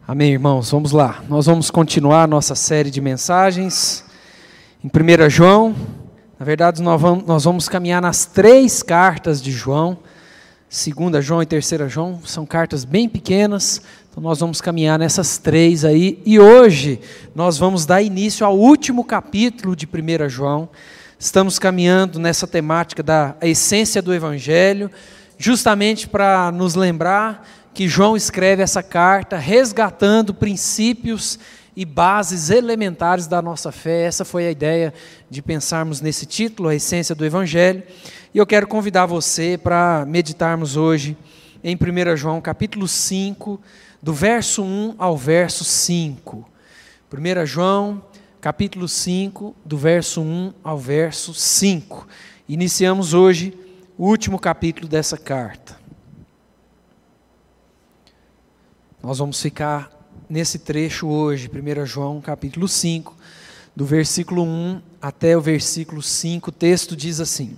Amém, irmãos? Vamos lá. Nós vamos continuar a nossa série de mensagens em 1 João. Na verdade, nós vamos caminhar nas 3 cartas de João. 2 João e 3 João são cartas bem pequenas. Então nós vamos caminhar nessas 3 aí. E hoje nós vamos dar início ao último capítulo de 1 João. Estamos caminhando nessa temática da essência do Evangelho, justamente para nos lembrar que João escreve essa carta resgatando princípios e bases elementares da nossa fé. Essa foi a ideia de pensarmos nesse título, a essência do Evangelho. E eu quero convidar você para meditarmos hoje em 1 João capítulo 5, do verso 1 ao verso 5. 1 João capítulo 5, do verso 1 ao verso 5. Iniciamos hoje o último capítulo dessa carta. Nós vamos ficar nesse trecho hoje, 1 João capítulo 5, do versículo 1 até o versículo 5, o texto diz assim: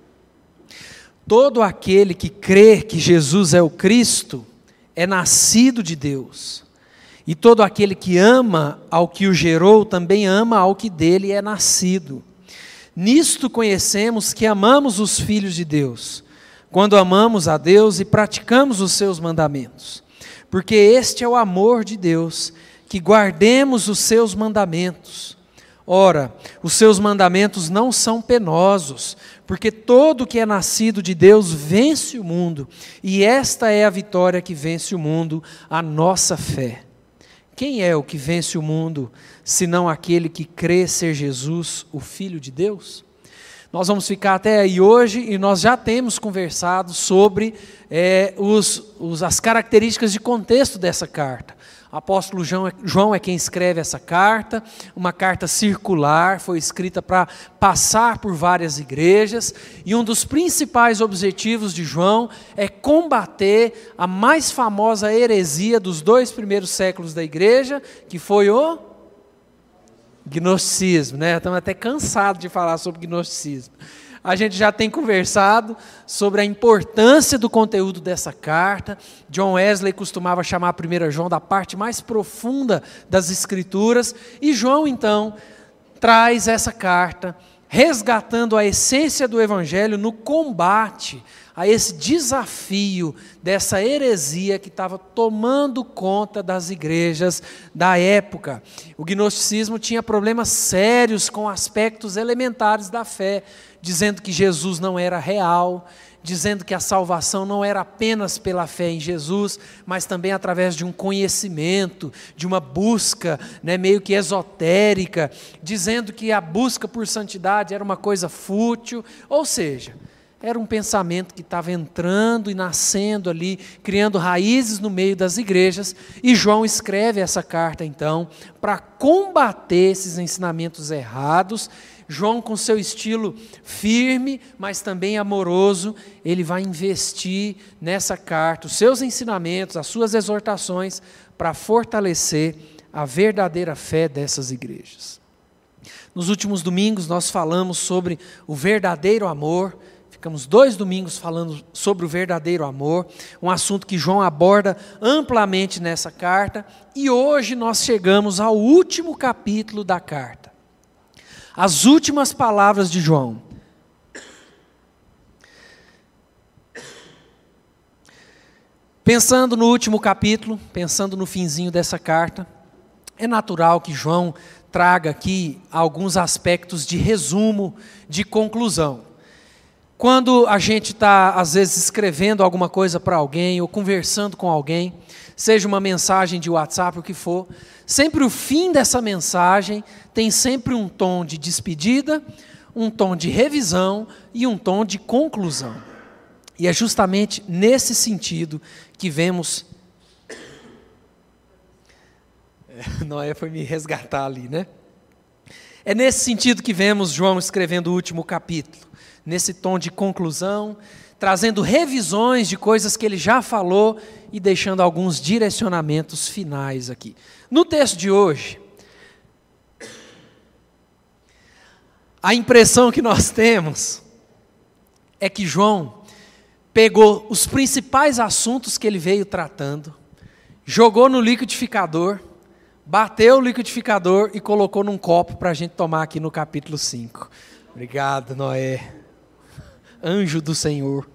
Todo aquele que crê que Jesus é o Cristo é nascido de Deus, e todo aquele que ama ao que o gerou também ama ao que dele é nascido. Nisto conhecemos que amamos os filhos de Deus, quando amamos a Deus e praticamos os seus mandamentos. Porque este é o amor de Deus, que guardemos os seus mandamentos. Ora, os seus mandamentos não são penosos, porque todo que é nascido de Deus vence o mundo, e esta é a vitória que vence o mundo, a nossa fé. Quem é o que vence o mundo, senão aquele que crê ser Jesus, o Filho de Deus? Nós vamos ficar até aí hoje e nós já temos conversado sobre as características de contexto dessa carta. O apóstolo João é quem escreve essa carta, uma carta circular, foi escrita para passar por várias igrejas, e um dos principais objetivos de João é combater a mais famosa heresia dos 2 primeiros séculos da igreja, que foi o gnosticismo, né? Estamos até cansados de falar sobre gnosticismo. A gente já tem conversado sobre a importância do conteúdo dessa carta. John Wesley costumava chamar 1 João da parte mais profunda das Escrituras, e João então traz essa carta resgatando a essência do Evangelho no combate a esse desafio dessa heresia que estava tomando conta das igrejas da época. O gnosticismo tinha problemas sérios com aspectos elementares da fé, dizendo que Jesus não era real, dizendo que a salvação não era apenas pela fé em Jesus, mas também através de um conhecimento, de uma busca, meio que esotérica, dizendo que a busca por santidade era uma coisa fútil, ou seja, era um pensamento que estava entrando e nascendo ali, criando raízes no meio das igrejas, e João escreve essa carta então, para combater esses ensinamentos errados. João, com seu estilo firme, mas também amoroso, ele vai investir nessa carta os seus ensinamentos, as suas exortações, para fortalecer a verdadeira fé dessas igrejas. Nos últimos domingos nós falamos sobre o verdadeiro amor. Ficamos 2 domingos falando sobre o verdadeiro amor, um assunto que João aborda amplamente nessa carta, e hoje nós chegamos ao último capítulo da carta. As últimas palavras de João. Pensando no último capítulo, pensando no finzinho dessa carta, é natural que João traga aqui alguns aspectos de resumo, de conclusão. Quando a gente está, às vezes, escrevendo alguma coisa para alguém ou conversando com alguém, seja uma mensagem de WhatsApp, o que for, sempre o fim dessa mensagem tem sempre um tom de despedida, um tom de revisão e um tom de conclusão. E é justamente nesse sentido que vemos... Noé foi me resgatar ali, né? É nesse sentido que vemos João escrevendo o último capítulo, nesse tom de conclusão, trazendo revisões de coisas que ele já falou e deixando alguns direcionamentos finais aqui. No texto de hoje, a impressão que nós temos é que João pegou os principais assuntos que ele veio tratando jogou no liquidificador, bateu o liquidificador e colocou num copo para a gente tomar aqui no capítulo 5. Obrigado, Noé. Anjo do Senhor.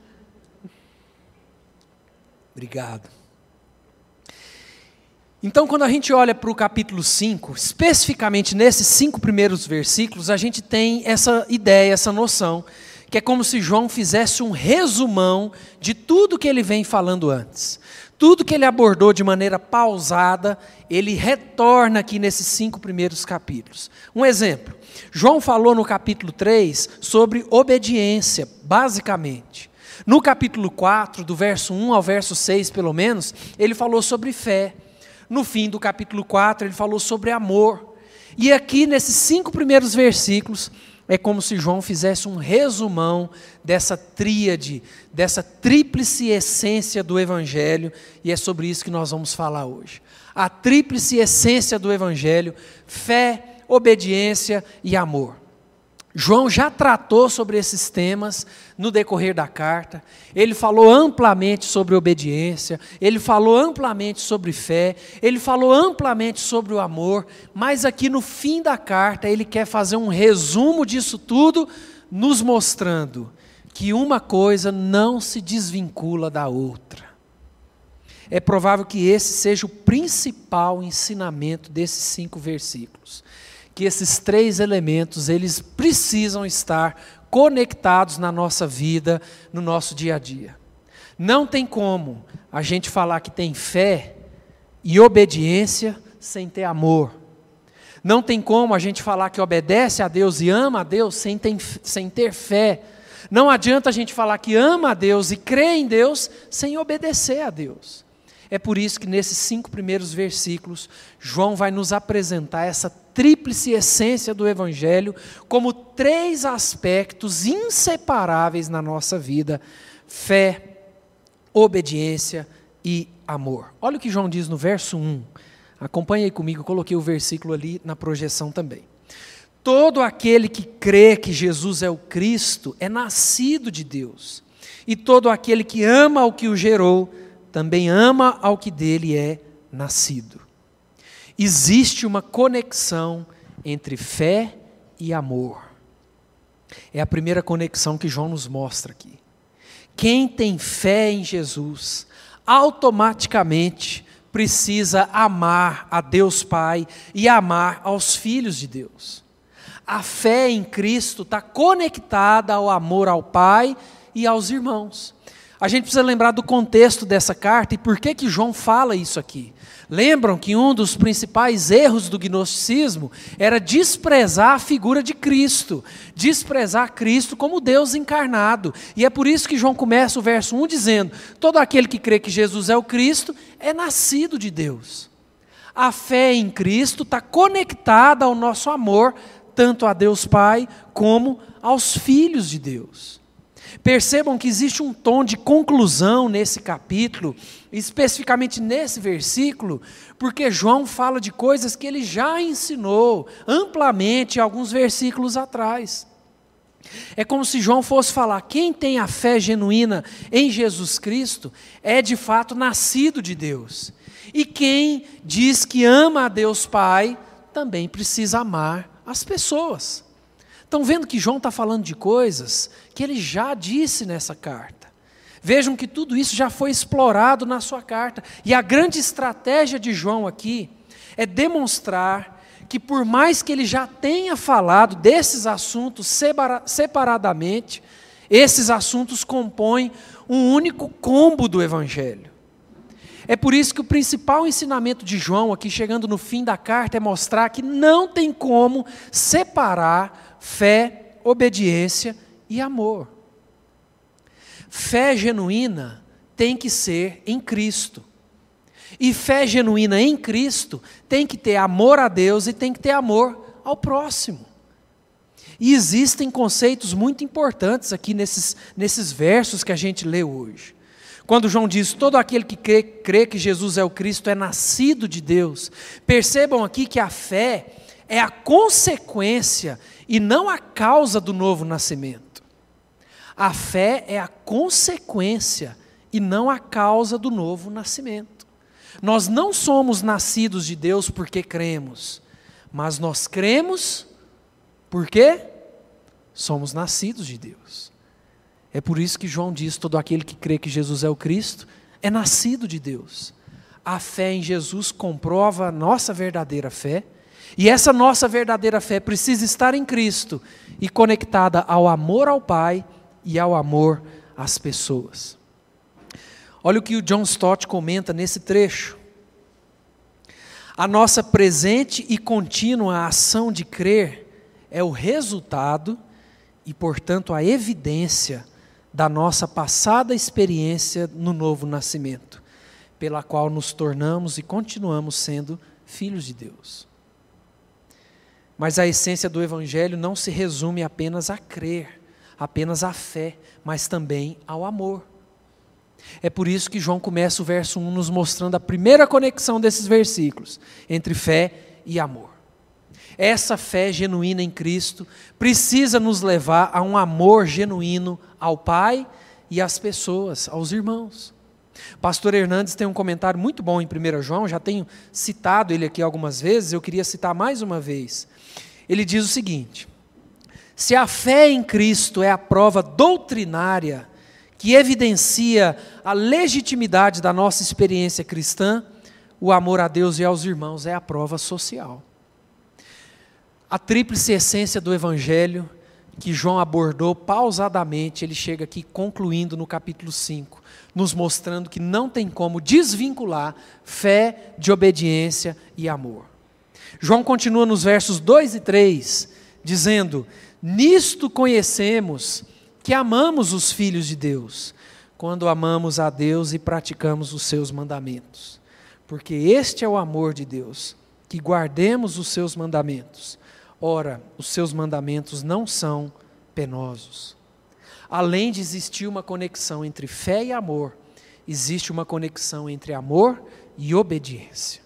Obrigado. Então, quando a gente olha para o capítulo 5, especificamente nesses 5 primeiros versículos, a gente tem essa ideia, essa noção, que é como se João fizesse um resumão de tudo que ele vem falando antes. Tudo que ele abordou de maneira pausada, ele retorna aqui nesses 5 primeiros capítulos. Um exemplo, João falou no capítulo 3 sobre obediência, basicamente. No capítulo 4, do verso 1 ao verso 6 pelo menos, ele falou sobre fé. No fim do capítulo 4, ele falou sobre amor. E aqui, nesses 5 primeiros versículos, é como se João fizesse um resumão dessa tríade, dessa tríplice essência do Evangelho, e é sobre isso que nós vamos falar hoje. A tríplice essência do Evangelho: fé, obediência e amor. João já tratou sobre esses temas no decorrer da carta. Ele falou amplamente sobre obediência, ele falou amplamente sobre fé, ele falou amplamente sobre o amor, mas aqui no fim da carta ele quer fazer um resumo disso tudo, nos mostrando que uma coisa não se desvincula da outra. É provável que esse seja o principal ensinamento desses 5 versículos. Que esses 3 elementos, eles precisam estar conectados na nossa vida, no nosso dia a dia. Não tem como a gente falar que tem fé e obediência sem ter amor. Não tem como a gente falar que obedece a Deus e ama a Deus sem ter fé. Não adianta a gente falar que ama a Deus e crê em Deus sem obedecer a Deus. É por isso que nesses 5 primeiros versículos, João vai nos apresentar essa tríplice essência do Evangelho como 3 aspectos inseparáveis na nossa vida: fé, obediência e amor. Olha o que João diz no verso 1. Acompanhe aí comigo, eu coloquei o versículo ali na projeção também. Todo aquele que crê que Jesus é o Cristo é nascido de Deus. E todo aquele que ama ao que o gerou também ama ao que dele é nascido. Existe uma conexão entre fé e amor. É a primeira conexão que João nos mostra aqui. Quem tem fé em Jesus, automaticamente precisa amar a Deus Pai e amar aos filhos de Deus. A fé em Cristo está conectada ao amor ao Pai e aos irmãos. A gente precisa lembrar do contexto dessa carta e por que João fala isso aqui. Lembram que um dos principais erros do gnosticismo era desprezar a figura de Cristo, desprezar Cristo como Deus encarnado. E é por isso que João começa o verso 1 dizendo: todo aquele que crê que Jesus é o Cristo é nascido de Deus. A fé em Cristo está conectada ao nosso amor, tanto a Deus Pai como aos filhos de Deus. Percebam que existe um tom de conclusão nesse capítulo, especificamente nesse versículo, porque João fala de coisas que ele já ensinou amplamente alguns versículos atrás. É como se João fosse falar: quem tem a fé genuína em Jesus Cristo é de fato nascido de Deus. E quem diz que ama a Deus Pai também precisa amar as pessoas. Estão vendo que João está falando de coisas que ele já disse nessa carta. Vejam que tudo isso já foi explorado na sua carta. E a grande estratégia de João aqui é demonstrar que, por mais que ele já tenha falado desses assuntos separadamente, esses assuntos compõem um único combo do Evangelho. É por isso que o principal ensinamento de João, aqui chegando no fim da carta, é mostrar que não tem como separar fé, obediência e amor. Fé genuína tem que ser em Cristo. E fé genuína em Cristo tem que ter amor a Deus e tem que ter amor ao próximo. E existem conceitos muito importantes aqui nesses versos que a gente lê hoje. Quando João diz: todo aquele que crê que Jesus é o Cristo é nascido de Deus. Percebam aqui que a fé é a consequência e não a causa do novo nascimento. A fé é a consequência e não a causa do novo nascimento. Nós não somos nascidos de Deus porque cremos, mas nós cremos porque somos nascidos de Deus. É por isso que João diz: todo aquele que crê que Jesus é o Cristo é nascido de Deus. A fé em Jesus comprova a nossa verdadeira fé, e essa nossa verdadeira fé precisa estar em Cristo e conectada ao amor ao Pai e ao amor às pessoas. Olha o que o John Stott comenta nesse trecho. A nossa presente e contínua ação de crer é o resultado e, portanto, a evidência da nossa passada experiência no novo nascimento, pela qual nos tornamos e continuamos sendo filhos de Deus. Mas a essência do Evangelho não se resume apenas a crer, apenas à fé, mas também ao amor. É por isso que João começa o verso 1 nos mostrando a primeira conexão desses versículos, entre fé e amor. Essa fé genuína em Cristo precisa nos levar a um amor genuíno ao Pai e às pessoas, aos irmãos. Pastor Hernandes tem um comentário muito bom em 1 João, já tenho citado ele aqui algumas vezes, eu queria citar mais uma vez. Ele diz o seguinte: se a fé em Cristo é a prova doutrinária que evidencia a legitimidade da nossa experiência cristã, o amor a Deus e aos irmãos é a prova social. A tríplice essência do Evangelho que João abordou pausadamente, ele chega aqui concluindo no capítulo 5, nos mostrando que não tem como desvincular fé de obediência e amor. João continua nos versos 2 e 3, dizendo: nisto conhecemos que amamos os filhos de Deus, quando amamos a Deus e praticamos os seus mandamentos. Porque este é o amor de Deus, que guardemos os seus mandamentos. Ora, os seus mandamentos não são penosos. Além de existir uma conexão entre fé e amor, existe uma conexão entre amor e obediência.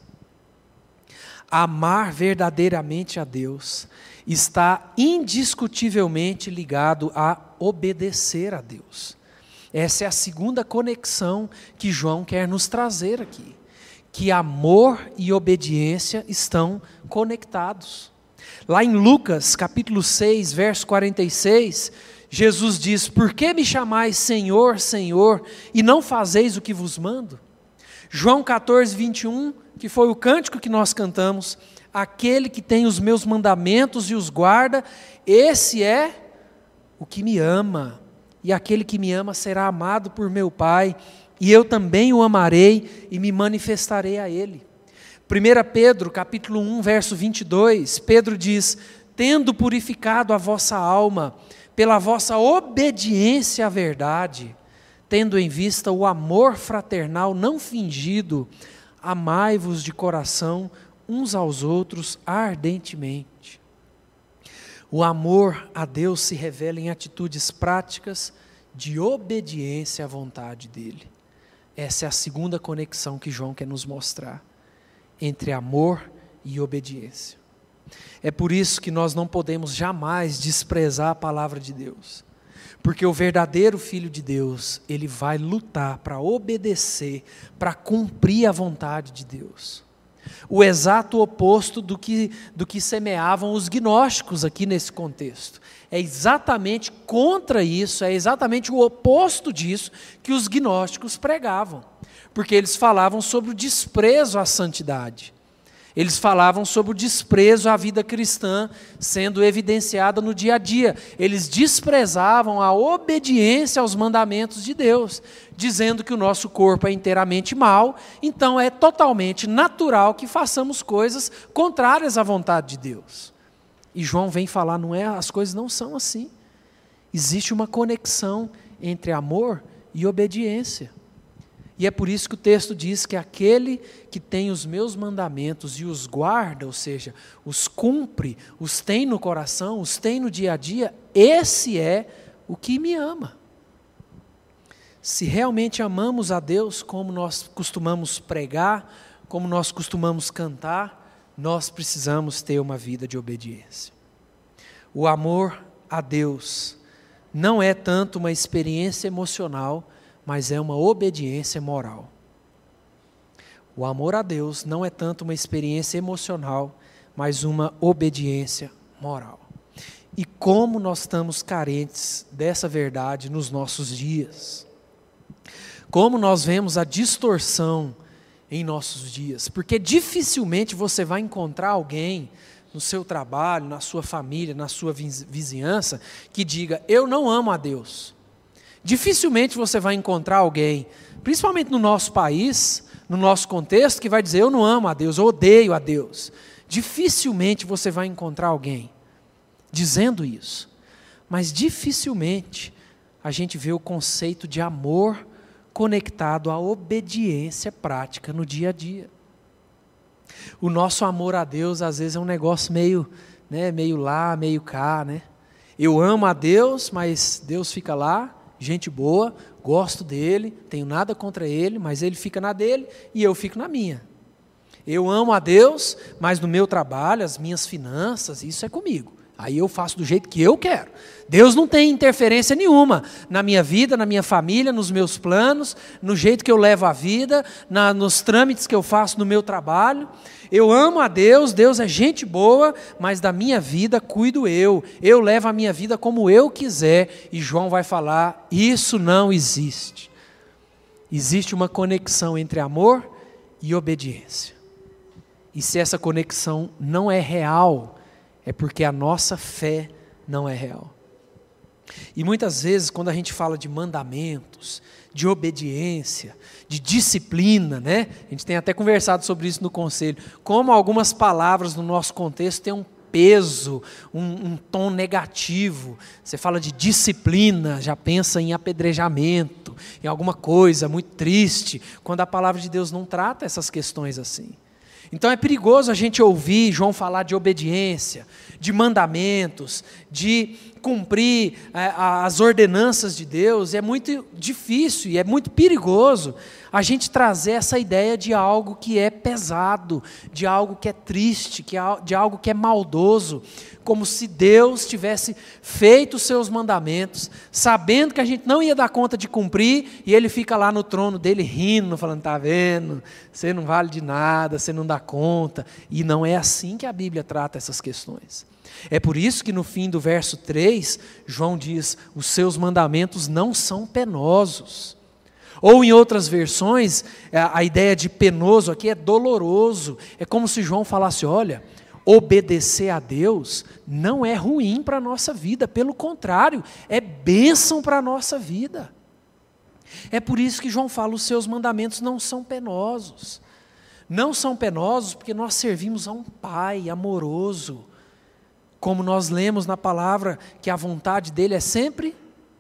Amar verdadeiramente a Deus está indiscutivelmente ligado a obedecer a Deus. Essa é a segunda conexão que João quer nos trazer aqui, que amor e obediência estão conectados. Lá em Lucas, capítulo 6, verso 46, Jesus diz: por que me chamais Senhor, Senhor, e não fazeis o que vos mando? João 14, 21, que foi o cântico que nós cantamos: aquele que tem os meus mandamentos e os guarda, esse é o que me ama, e aquele que me ama será amado por meu Pai, e eu também o amarei e me manifestarei a ele. 1 Pedro, capítulo 1, verso 22, Pedro diz: tendo purificado a vossa alma pela vossa obediência à verdade, tendo em vista o amor fraternal não fingido, amai-vos de coração uns aos outros ardentemente. O amor a Deus se revela em atitudes práticas de obediência à vontade dEle. Essa é a segunda conexão que João quer nos mostrar, entre amor e obediência. É por isso que nós não podemos jamais desprezar a palavra de Deus, porque o verdadeiro Filho de Deus, ele vai lutar para obedecer, para cumprir a vontade de Deus. O exato oposto do que semeavam os gnósticos aqui nesse contexto. É exatamente contra isso, é exatamente o oposto disso que os gnósticos pregavam. Porque eles falavam sobre o desprezo à santidade. Eles falavam sobre o desprezo à vida cristã sendo evidenciada no dia a dia. Eles desprezavam a obediência aos mandamentos de Deus, dizendo que o nosso corpo é inteiramente mau, então é totalmente natural que façamos coisas contrárias à vontade de Deus. E João vem falar, as coisas não são assim. Existe uma conexão entre amor e obediência. E é por isso que o texto diz que aquele que tem os meus mandamentos e os guarda, ou seja, os cumpre, os tem no coração, os tem no dia a dia, esse é o que me ama. Se realmente amamos a Deus, como nós costumamos pregar, como nós costumamos cantar, nós precisamos ter uma vida de obediência. O amor a Deus não é tanto uma experiência emocional, mas é uma obediência moral. O amor a Deus não é tanto uma experiência emocional, mas uma obediência moral. E como nós estamos carentes dessa verdade nos nossos dias. Como nós vemos a distorção em nossos dias. Porque dificilmente você vai encontrar alguém no seu trabalho, na sua família, na sua vizinhança, que diga, eu não amo a Deus. Dificilmente você vai encontrar alguém, principalmente no nosso país, no nosso contexto, que vai dizer, eu não amo a Deus, eu odeio a Deus. Dificilmente você vai encontrar alguém dizendo isso. Mas dificilmente a gente vê o conceito de amor conectado à obediência prática no dia a dia. O nosso amor a Deus às vezes é um negócio meio lá, meio cá, né? Eu amo a Deus, mas Deus fica lá, gente boa, gosto dele, tenho nada contra ele, mas ele fica na dele e eu fico na minha. Eu amo a Deus, mas no meu trabalho, as minhas finanças, isso é comigo. Aí eu faço do jeito que eu quero. Deus não tem interferência nenhuma na minha vida, na minha família, nos meus planos, no jeito que eu levo a vida, nos trâmites que eu faço no meu trabalho. Eu amo a Deus, Deus é gente boa, mas da minha vida cuido eu. Eu levo a minha vida como eu quiser. E João vai falar, isso não existe. Existe uma conexão entre amor e obediência. E se essa conexão não é real, é porque a nossa fé não é real. E muitas vezes, quando a gente fala de mandamentos, de obediência, de disciplina, né? A gente tem até conversado sobre isso no conselho, como algumas palavras no nosso contexto têm um peso, um tom negativo. Você fala de disciplina, já pensa em apedrejamento, em alguma coisa muito triste, quando a palavra de Deus não trata essas questões assim. Então é perigoso a gente ouvir João falar de obediência, de mandamentos, de cumprir as ordenanças de Deus. É muito difícil e é muito perigoso a gente trazer essa ideia de algo que é pesado, de algo que é triste, de algo que é maldoso, como se Deus tivesse feito os seus mandamentos, sabendo que a gente não ia dar conta de cumprir, e Ele fica lá no trono dele rindo, falando, está vendo, você não vale de nada, você não dá conta. E não é assim que a Bíblia trata essas questões. É por isso que no fim do verso 3, João diz, os seus mandamentos não são penosos. Ou em outras versões, a ideia de penoso aqui é doloroso. É como se João falasse, olha, obedecer a Deus não é ruim para a nossa vida, pelo contrário, é bênção para a nossa vida. É por isso que João fala, os seus mandamentos não são penosos. Não são penosos porque nós servimos a um Pai amoroso, como nós lemos na palavra, que a vontade dele é sempre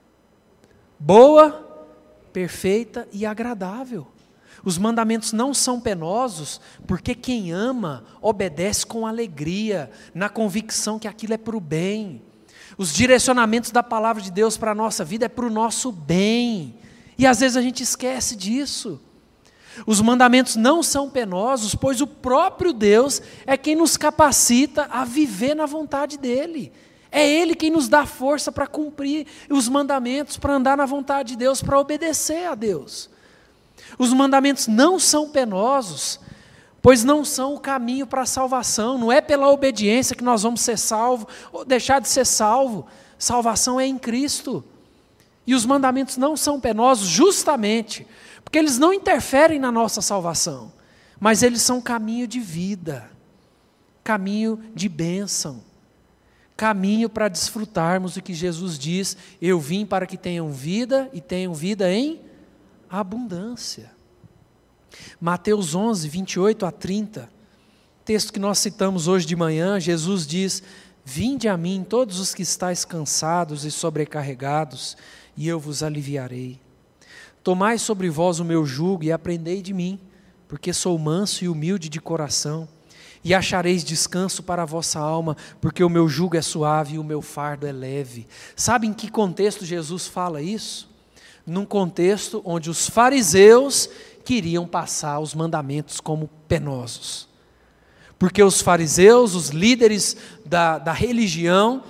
boa, perfeita e agradável. Os mandamentos não são penosos, porque quem ama, obedece com alegria, na convicção que aquilo é para o bem. Os direcionamentos da palavra de Deus para a nossa vida é para o nosso bem. E às vezes a gente esquece disso. Os mandamentos não são penosos, pois o próprio Deus é quem nos capacita a viver na vontade dEle. É Ele quem nos dá força para cumprir os mandamentos, para andar na vontade de Deus, para obedecer a Deus. Os mandamentos não são penosos, pois não são o caminho para a salvação. Não é pela obediência que nós vamos ser salvos ou deixar de ser salvo. Salvação é em Cristo. E os mandamentos não são penosos justamente porque eles não interferem na nossa salvação, mas eles são caminho de vida, caminho de bênção, caminho para desfrutarmos o que Jesus diz, eu vim para que tenham vida e tenham vida em abundância. Mateus 11, 28 a 30, texto que nós citamos hoje de manhã, Jesus diz, vinde a mim todos os que estáis cansados e sobrecarregados, e eu vos aliviarei. Tomai sobre vós o meu jugo e aprendei de mim, porque sou manso e humilde de coração, e achareis descanso para a vossa alma, porque o meu jugo é suave e o meu fardo é leve. Sabe em que contexto Jesus fala isso? Num contexto onde os fariseus queriam passar os mandamentos como penosos. Porque os fariseus, os líderes da religião,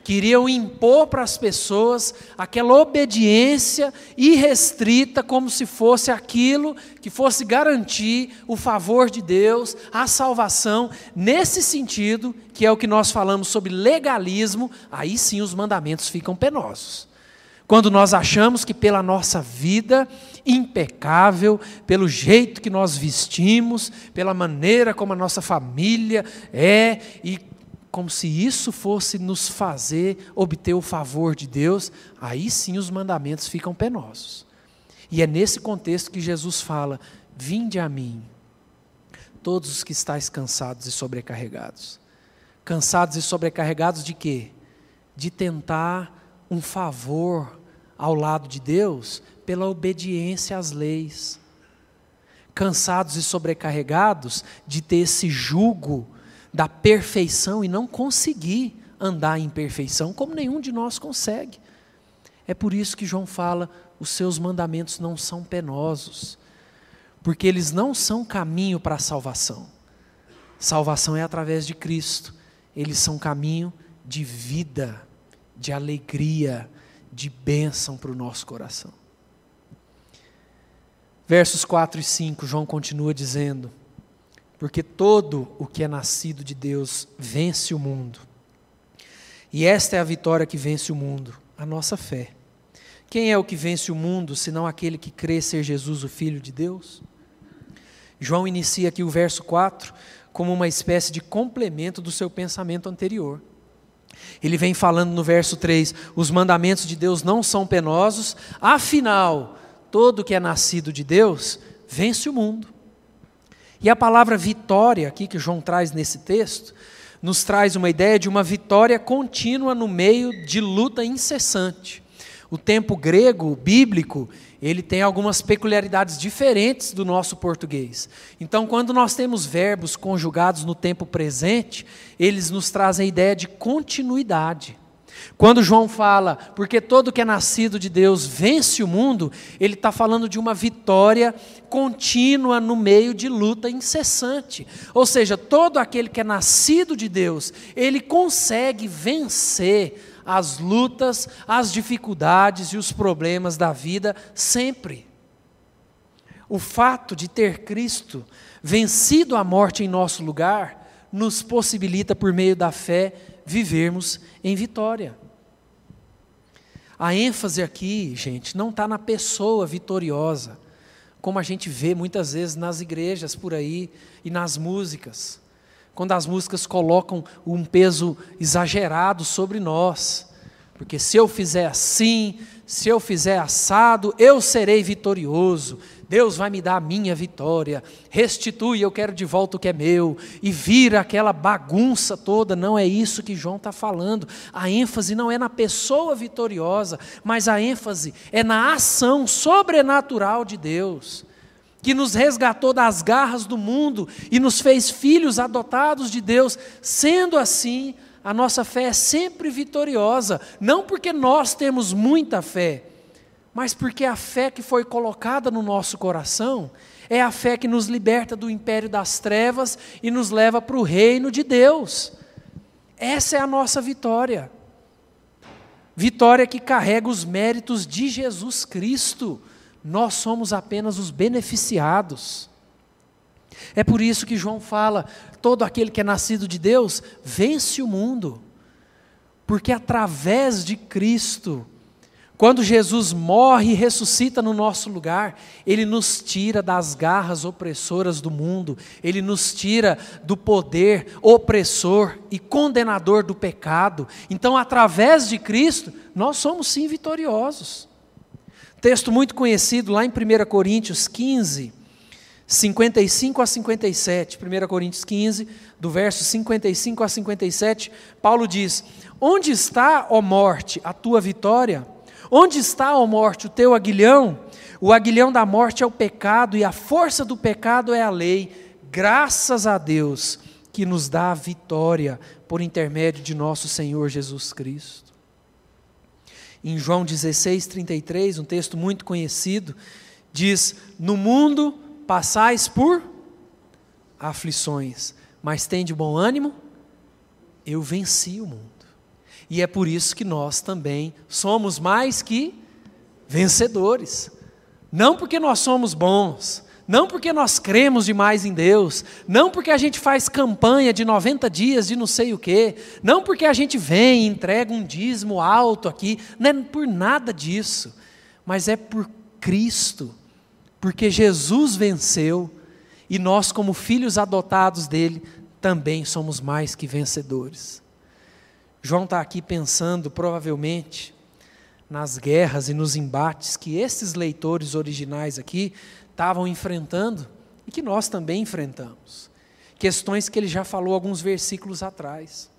queriam impor para as pessoas aquela obediência irrestrita, como se fosse aquilo que fosse garantir o favor de Deus, a salvação, nesse sentido, que é o que nós falamos sobre legalismo. Aí sim os mandamentos ficam penosos. Quando nós achamos que pela nossa vida impecável, pelo jeito que nós vestimos, pela maneira como a nossa família é, e como se isso fosse nos fazer obter o favor de Deus, aí sim os mandamentos ficam penosos. E é nesse contexto que Jesus fala: vinde a mim, todos os que estáis cansados e sobrecarregados. Cansados e sobrecarregados de quê? De tentar um favor ao lado de Deus pela obediência às leis. Cansados e sobrecarregados de ter esse jugo da perfeição e não conseguir andar em perfeição, como nenhum de nós consegue. É por isso que João fala: os seus mandamentos não são penosos, porque eles não são caminho para a salvação. Salvação é através de Cristo. Eles são caminho de vida, de alegria, de bênção para o nosso coração. Versos 4 e 5, João continua dizendo: porque todo o que é nascido de Deus vence o mundo. E esta é a vitória que vence o mundo, a nossa fé. Quem é o que vence o mundo, senão aquele que crê ser Jesus, o Filho de Deus? João inicia aqui o verso 4 como uma espécie de complemento do seu pensamento anterior. Ele vem falando no verso 3, os mandamentos de Deus não são penosos, afinal, todo que é nascido de Deus vence o mundo. E a palavra vitória aqui que João traz nesse texto, nos traz uma ideia de uma vitória contínua no meio de luta incessante. O tempo grego, bíblico, ele tem algumas peculiaridades diferentes do nosso português. Então, quando nós temos verbos conjugados no tempo presente, eles nos trazem a ideia de continuidade. Quando João fala, porque todo que é nascido de Deus vence o mundo, ele está falando de uma vitória contínua no meio de luta incessante. Ou seja, todo aquele que é nascido de Deus, ele consegue vencer as lutas, as dificuldades e os problemas da vida sempre. O fato de ter Cristo vencido a morte em nosso lugar, nos possibilita, por meio da fé, vivermos em vitória. A ênfase aqui, gente, não está na pessoa vitoriosa, como a gente vê muitas vezes nas igrejas por aí e nas músicas. Quando as músicas colocam um peso exagerado sobre nós, porque se eu fizer assim, se eu fizer assado, eu serei vitorioso, Deus vai me dar a minha vitória, restitui, eu quero de volta o que é meu, e vira aquela bagunça toda. Não é isso que João está falando. A ênfase não é na pessoa vitoriosa, mas a ênfase é na ação sobrenatural de Deus, que nos resgatou das garras do mundo e nos fez filhos adotados de Deus. Sendo assim, a nossa fé é sempre vitoriosa, não porque nós temos muita fé, mas porque a fé que foi colocada no nosso coração é a fé que nos liberta do império das trevas e nos leva para o reino de Deus. Essa é a nossa vitória. Vitória que carrega os méritos de Jesus Cristo. Nós somos apenas os beneficiados. É por isso que João fala, todo aquele que é nascido de Deus vence o mundo. Porque através de Cristo, quando Jesus morre e ressuscita no nosso lugar, Ele nos tira das garras opressoras do mundo, Ele nos tira do poder opressor e condenador do pecado. Então, através de Cristo, nós somos sim vitoriosos. Texto muito conhecido lá em 1 Coríntios 15, 55 a 57, 1 Coríntios 15, do verso 55 a 57, Paulo diz: onde está, ó morte, a tua vitória? Onde está, ó morte, o teu aguilhão? O aguilhão da morte é o pecado e a força do pecado é a lei. Graças a Deus que nos dá a vitória por intermédio de nosso Senhor Jesus Cristo. Em João 16:33, um texto muito conhecido, diz: no mundo passais por aflições, mas tende bom ânimo, eu venci o mundo. E é por isso que nós também somos mais que vencedores. Não porque nós somos bons, não porque nós cremos demais em Deus, não porque a gente faz campanha de 90 dias de não sei o quê, não porque a gente vem e entrega um dízimo alto aqui, não é por nada disso, mas é por Cristo, porque Jesus venceu e nós, como filhos adotados dele, também somos mais que vencedores. João está aqui pensando, provavelmente, nas guerras e nos embates que esses leitores originais aqui estavam enfrentando e que nós também enfrentamos. Questões que ele já falou alguns versículos atrás.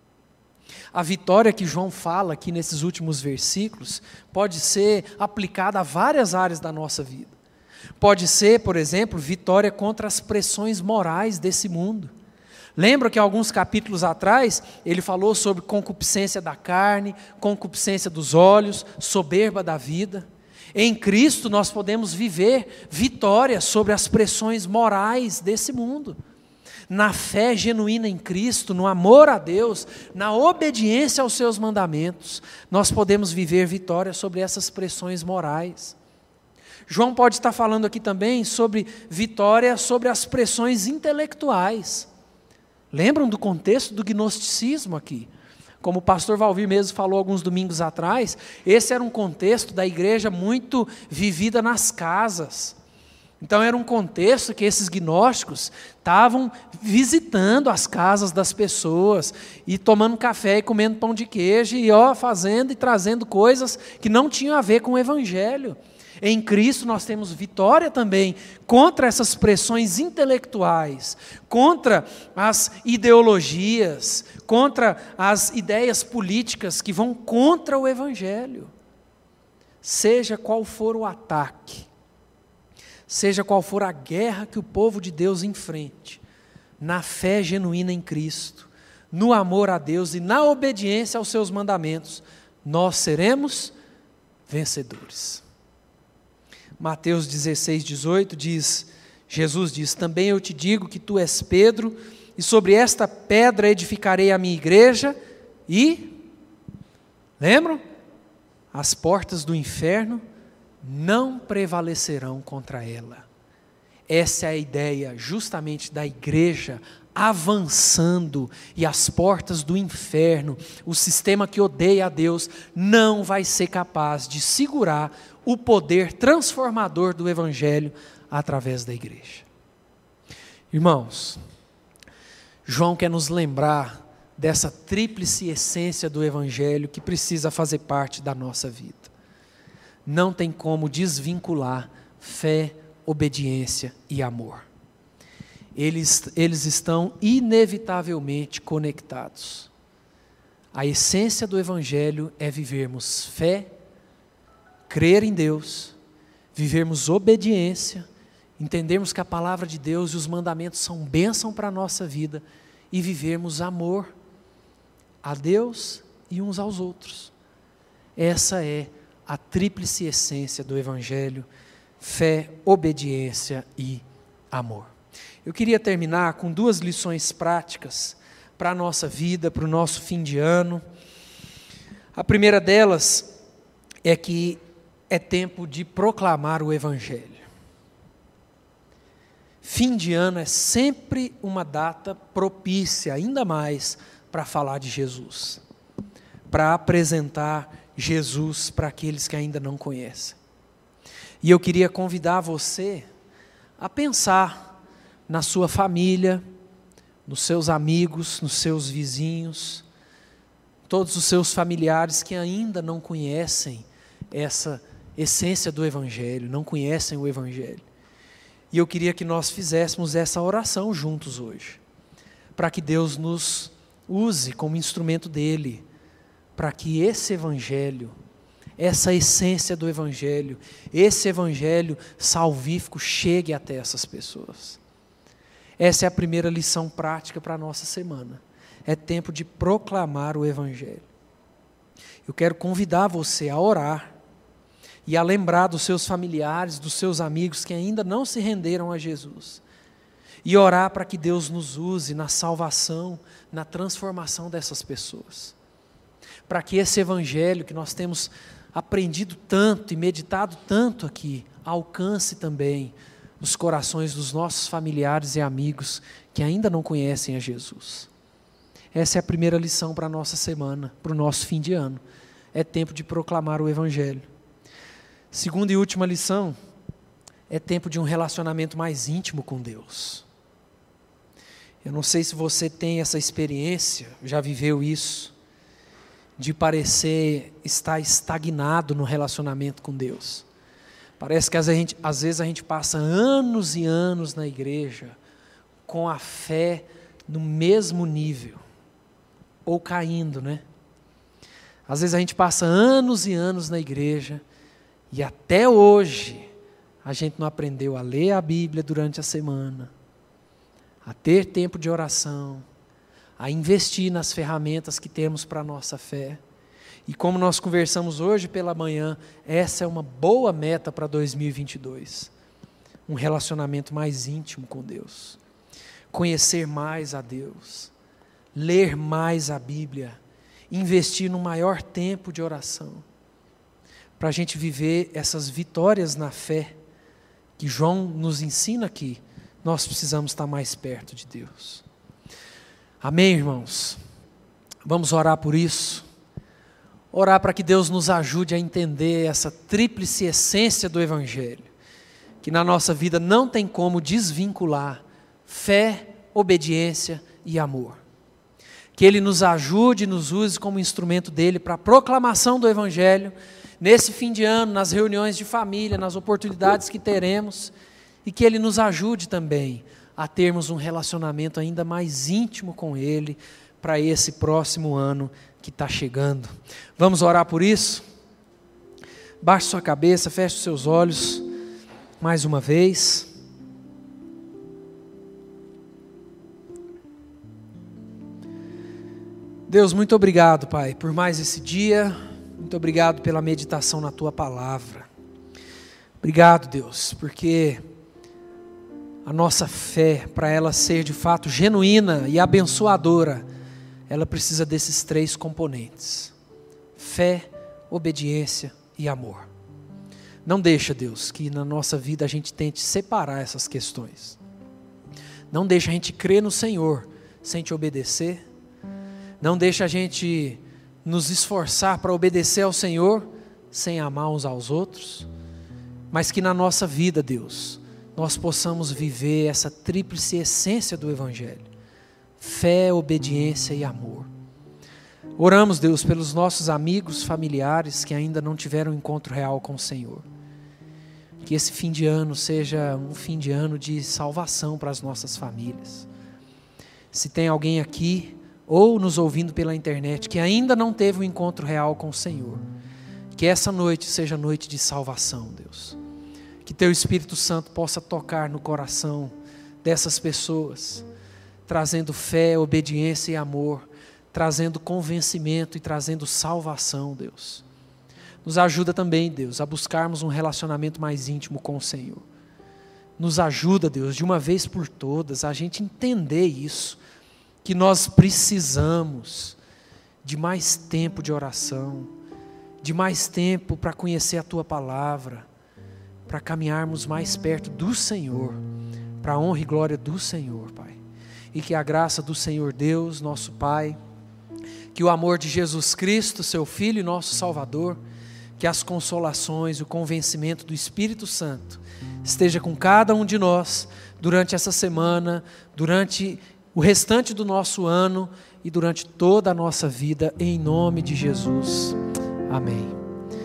A vitória que João fala aqui nesses últimos versículos pode ser aplicada a várias áreas da nossa vida. Pode ser, por exemplo, vitória contra as pressões morais desse mundo. Lembra que alguns capítulos atrás, ele falou sobre concupiscência da carne, concupiscência dos olhos, soberba da vida. Em Cristo nós podemos viver vitória sobre as pressões morais desse mundo. Na fé genuína em Cristo, no amor a Deus, na obediência aos seus mandamentos, nós podemos viver vitória sobre essas pressões morais. João pode estar falando aqui também sobre vitória sobre as pressões intelectuais. Lembram do contexto do gnosticismo aqui? Como o pastor Valvir mesmo falou alguns domingos atrás, esse era um contexto da igreja muito vivida nas casas. Então era um contexto que esses gnósticos estavam visitando as casas das pessoas, e tomando café e comendo pão de queijo, e fazendo e trazendo coisas que não tinham a ver com o evangelho. Em Cristo nós temos vitória também contra essas pressões intelectuais, contra as ideologias, contra as ideias políticas que vão contra o Evangelho. Seja qual for o ataque, seja qual for a guerra que o povo de Deus enfrente, na fé genuína em Cristo, no amor a Deus e na obediência aos seus mandamentos, nós seremos vencedores. Mateus 16, 18 diz, Jesus diz, também eu te digo que tu és Pedro, e sobre esta pedra edificarei a minha igreja, e, lembram? As portas do inferno não prevalecerão contra ela. Essa é a ideia justamente da igreja avançando, e as portas do inferno, o sistema que odeia a Deus, não vai ser capaz de segurar o poder transformador do Evangelho através da igreja. Irmãos, João quer nos lembrar dessa tríplice essência do Evangelho que precisa fazer parte da nossa vida. Não tem como desvincular fé, obediência e amor. Eles estão inevitavelmente conectados. A essência do Evangelho é vivermos fé, crer em Deus, vivermos obediência, entendermos que a palavra de Deus e os mandamentos são bênção para a nossa vida, e vivermos amor a Deus e uns aos outros. Essa é a tríplice essência do Evangelho: fé, obediência e amor. Eu queria terminar com 2 lições práticas para a nossa vida, para o nosso fim de ano. A primeira delas é que é tempo de proclamar o Evangelho. Fim de ano é sempre uma data propícia, ainda mais, para falar de Jesus, para apresentar Jesus para aqueles que ainda não conhecem. E eu queria convidar você a pensar na sua família, nos seus amigos, nos seus vizinhos, todos os seus familiares que ainda não conhecem essa essência do Evangelho, não conhecem o Evangelho. E eu queria que nós fizéssemos essa oração juntos hoje, para que Deus nos use como instrumento dEle, para que esse Evangelho, essa essência do Evangelho, esse Evangelho salvífico chegue até essas pessoas. Essa é a primeira lição prática para a nossa semana. É tempo de proclamar o Evangelho. Eu quero convidar você a orar e a lembrar dos seus familiares, dos seus amigos que ainda não se renderam a Jesus. E orar para que Deus nos use na salvação, na transformação dessas pessoas. para que esse evangelho que nós temos aprendido tanto e meditado tanto aqui, alcance também os corações dos nossos familiares e amigos que ainda não conhecem a Jesus. Essa é a primeira lição para a nossa semana, para o nosso fim de ano. É tempo de proclamar o evangelho. Segunda e última lição, é tempo de um relacionamento mais íntimo com Deus. Eu não sei se você tem essa experiência, já viveu isso, de parecer estar estagnado no relacionamento com Deus. Parece que às vezes a gente passa anos e anos na igreja com a fé no mesmo nível, ou caindo, né? Às vezes a gente passa anos e anos na igreja e até hoje a gente não aprendeu a ler a Bíblia durante a semana, a ter tempo de oração, a investir nas ferramentas que temos para a nossa fé. E como nós conversamos hoje pela manhã, essa é uma boa meta para 2022. Um relacionamento mais íntimo com Deus. Conhecer mais a Deus. Ler mais a Bíblia. Investir no maior tempo de oração. Para a gente viver essas vitórias na fé que João nos ensina aqui, nós precisamos estar mais perto de Deus. Amém, irmãos? Vamos orar por isso. Orar para que Deus nos ajude a entender essa tríplice essência do evangelho, que na nossa vida não tem como desvincular fé, obediência e amor. Que Ele nos ajude e nos use como instrumento dEle para a proclamação do evangelho, nesse fim de ano, nas reuniões de família, nas oportunidades que teremos, e que Ele nos ajude também a termos um relacionamento ainda mais íntimo com Ele para esse próximo ano que está chegando. Vamos orar por isso? Baixe sua cabeça, feche os seus olhos, mais uma vez. Deus, muito obrigado, Pai, por mais esse dia. Muito obrigado pela meditação na Tua Palavra. Obrigado, Deus, porque a nossa fé, para ela ser de fato genuína e abençoadora, ela precisa desses 3 componentes: fé, obediência e amor. Não deixa, Deus, que na nossa vida a gente tente separar essas questões. Não deixa a gente crer no Senhor sem te obedecer. Não deixa a gente nos esforçar para obedecer ao Senhor sem amar uns aos outros. Mas que na nossa vida, Deus, nós possamos viver essa tríplice essência do evangelho: fé, obediência e amor. Oramos, Deus, pelos nossos amigos, familiares que ainda não tiveram um encontro real com o Senhor. Que esse fim de ano seja um fim de ano de salvação para as nossas famílias. Se tem alguém aqui ou nos ouvindo pela internet que ainda não teve um encontro real com o Senhor, que essa noite seja noite de salvação, Deus. Que Teu Espírito Santo possa tocar no coração dessas pessoas, trazendo fé, obediência e amor, trazendo convencimento e trazendo salvação, Deus. Nos ajuda também, Deus, a buscarmos um relacionamento mais íntimo com o Senhor. Nos ajuda, Deus, de uma vez por todas, a gente entender isso, que nós precisamos de mais tempo de oração, de mais tempo para conhecer a Tua Palavra, para caminharmos mais perto do Senhor, para a honra e glória do Senhor, Pai. E que a graça do Senhor Deus, nosso Pai, que o amor de Jesus Cristo, Seu Filho e nosso Salvador, que as consolações e o convencimento do Espírito Santo esteja com cada um de nós durante essa semana, durante o restante do nosso ano e durante toda a nossa vida, em nome de Jesus. Amém.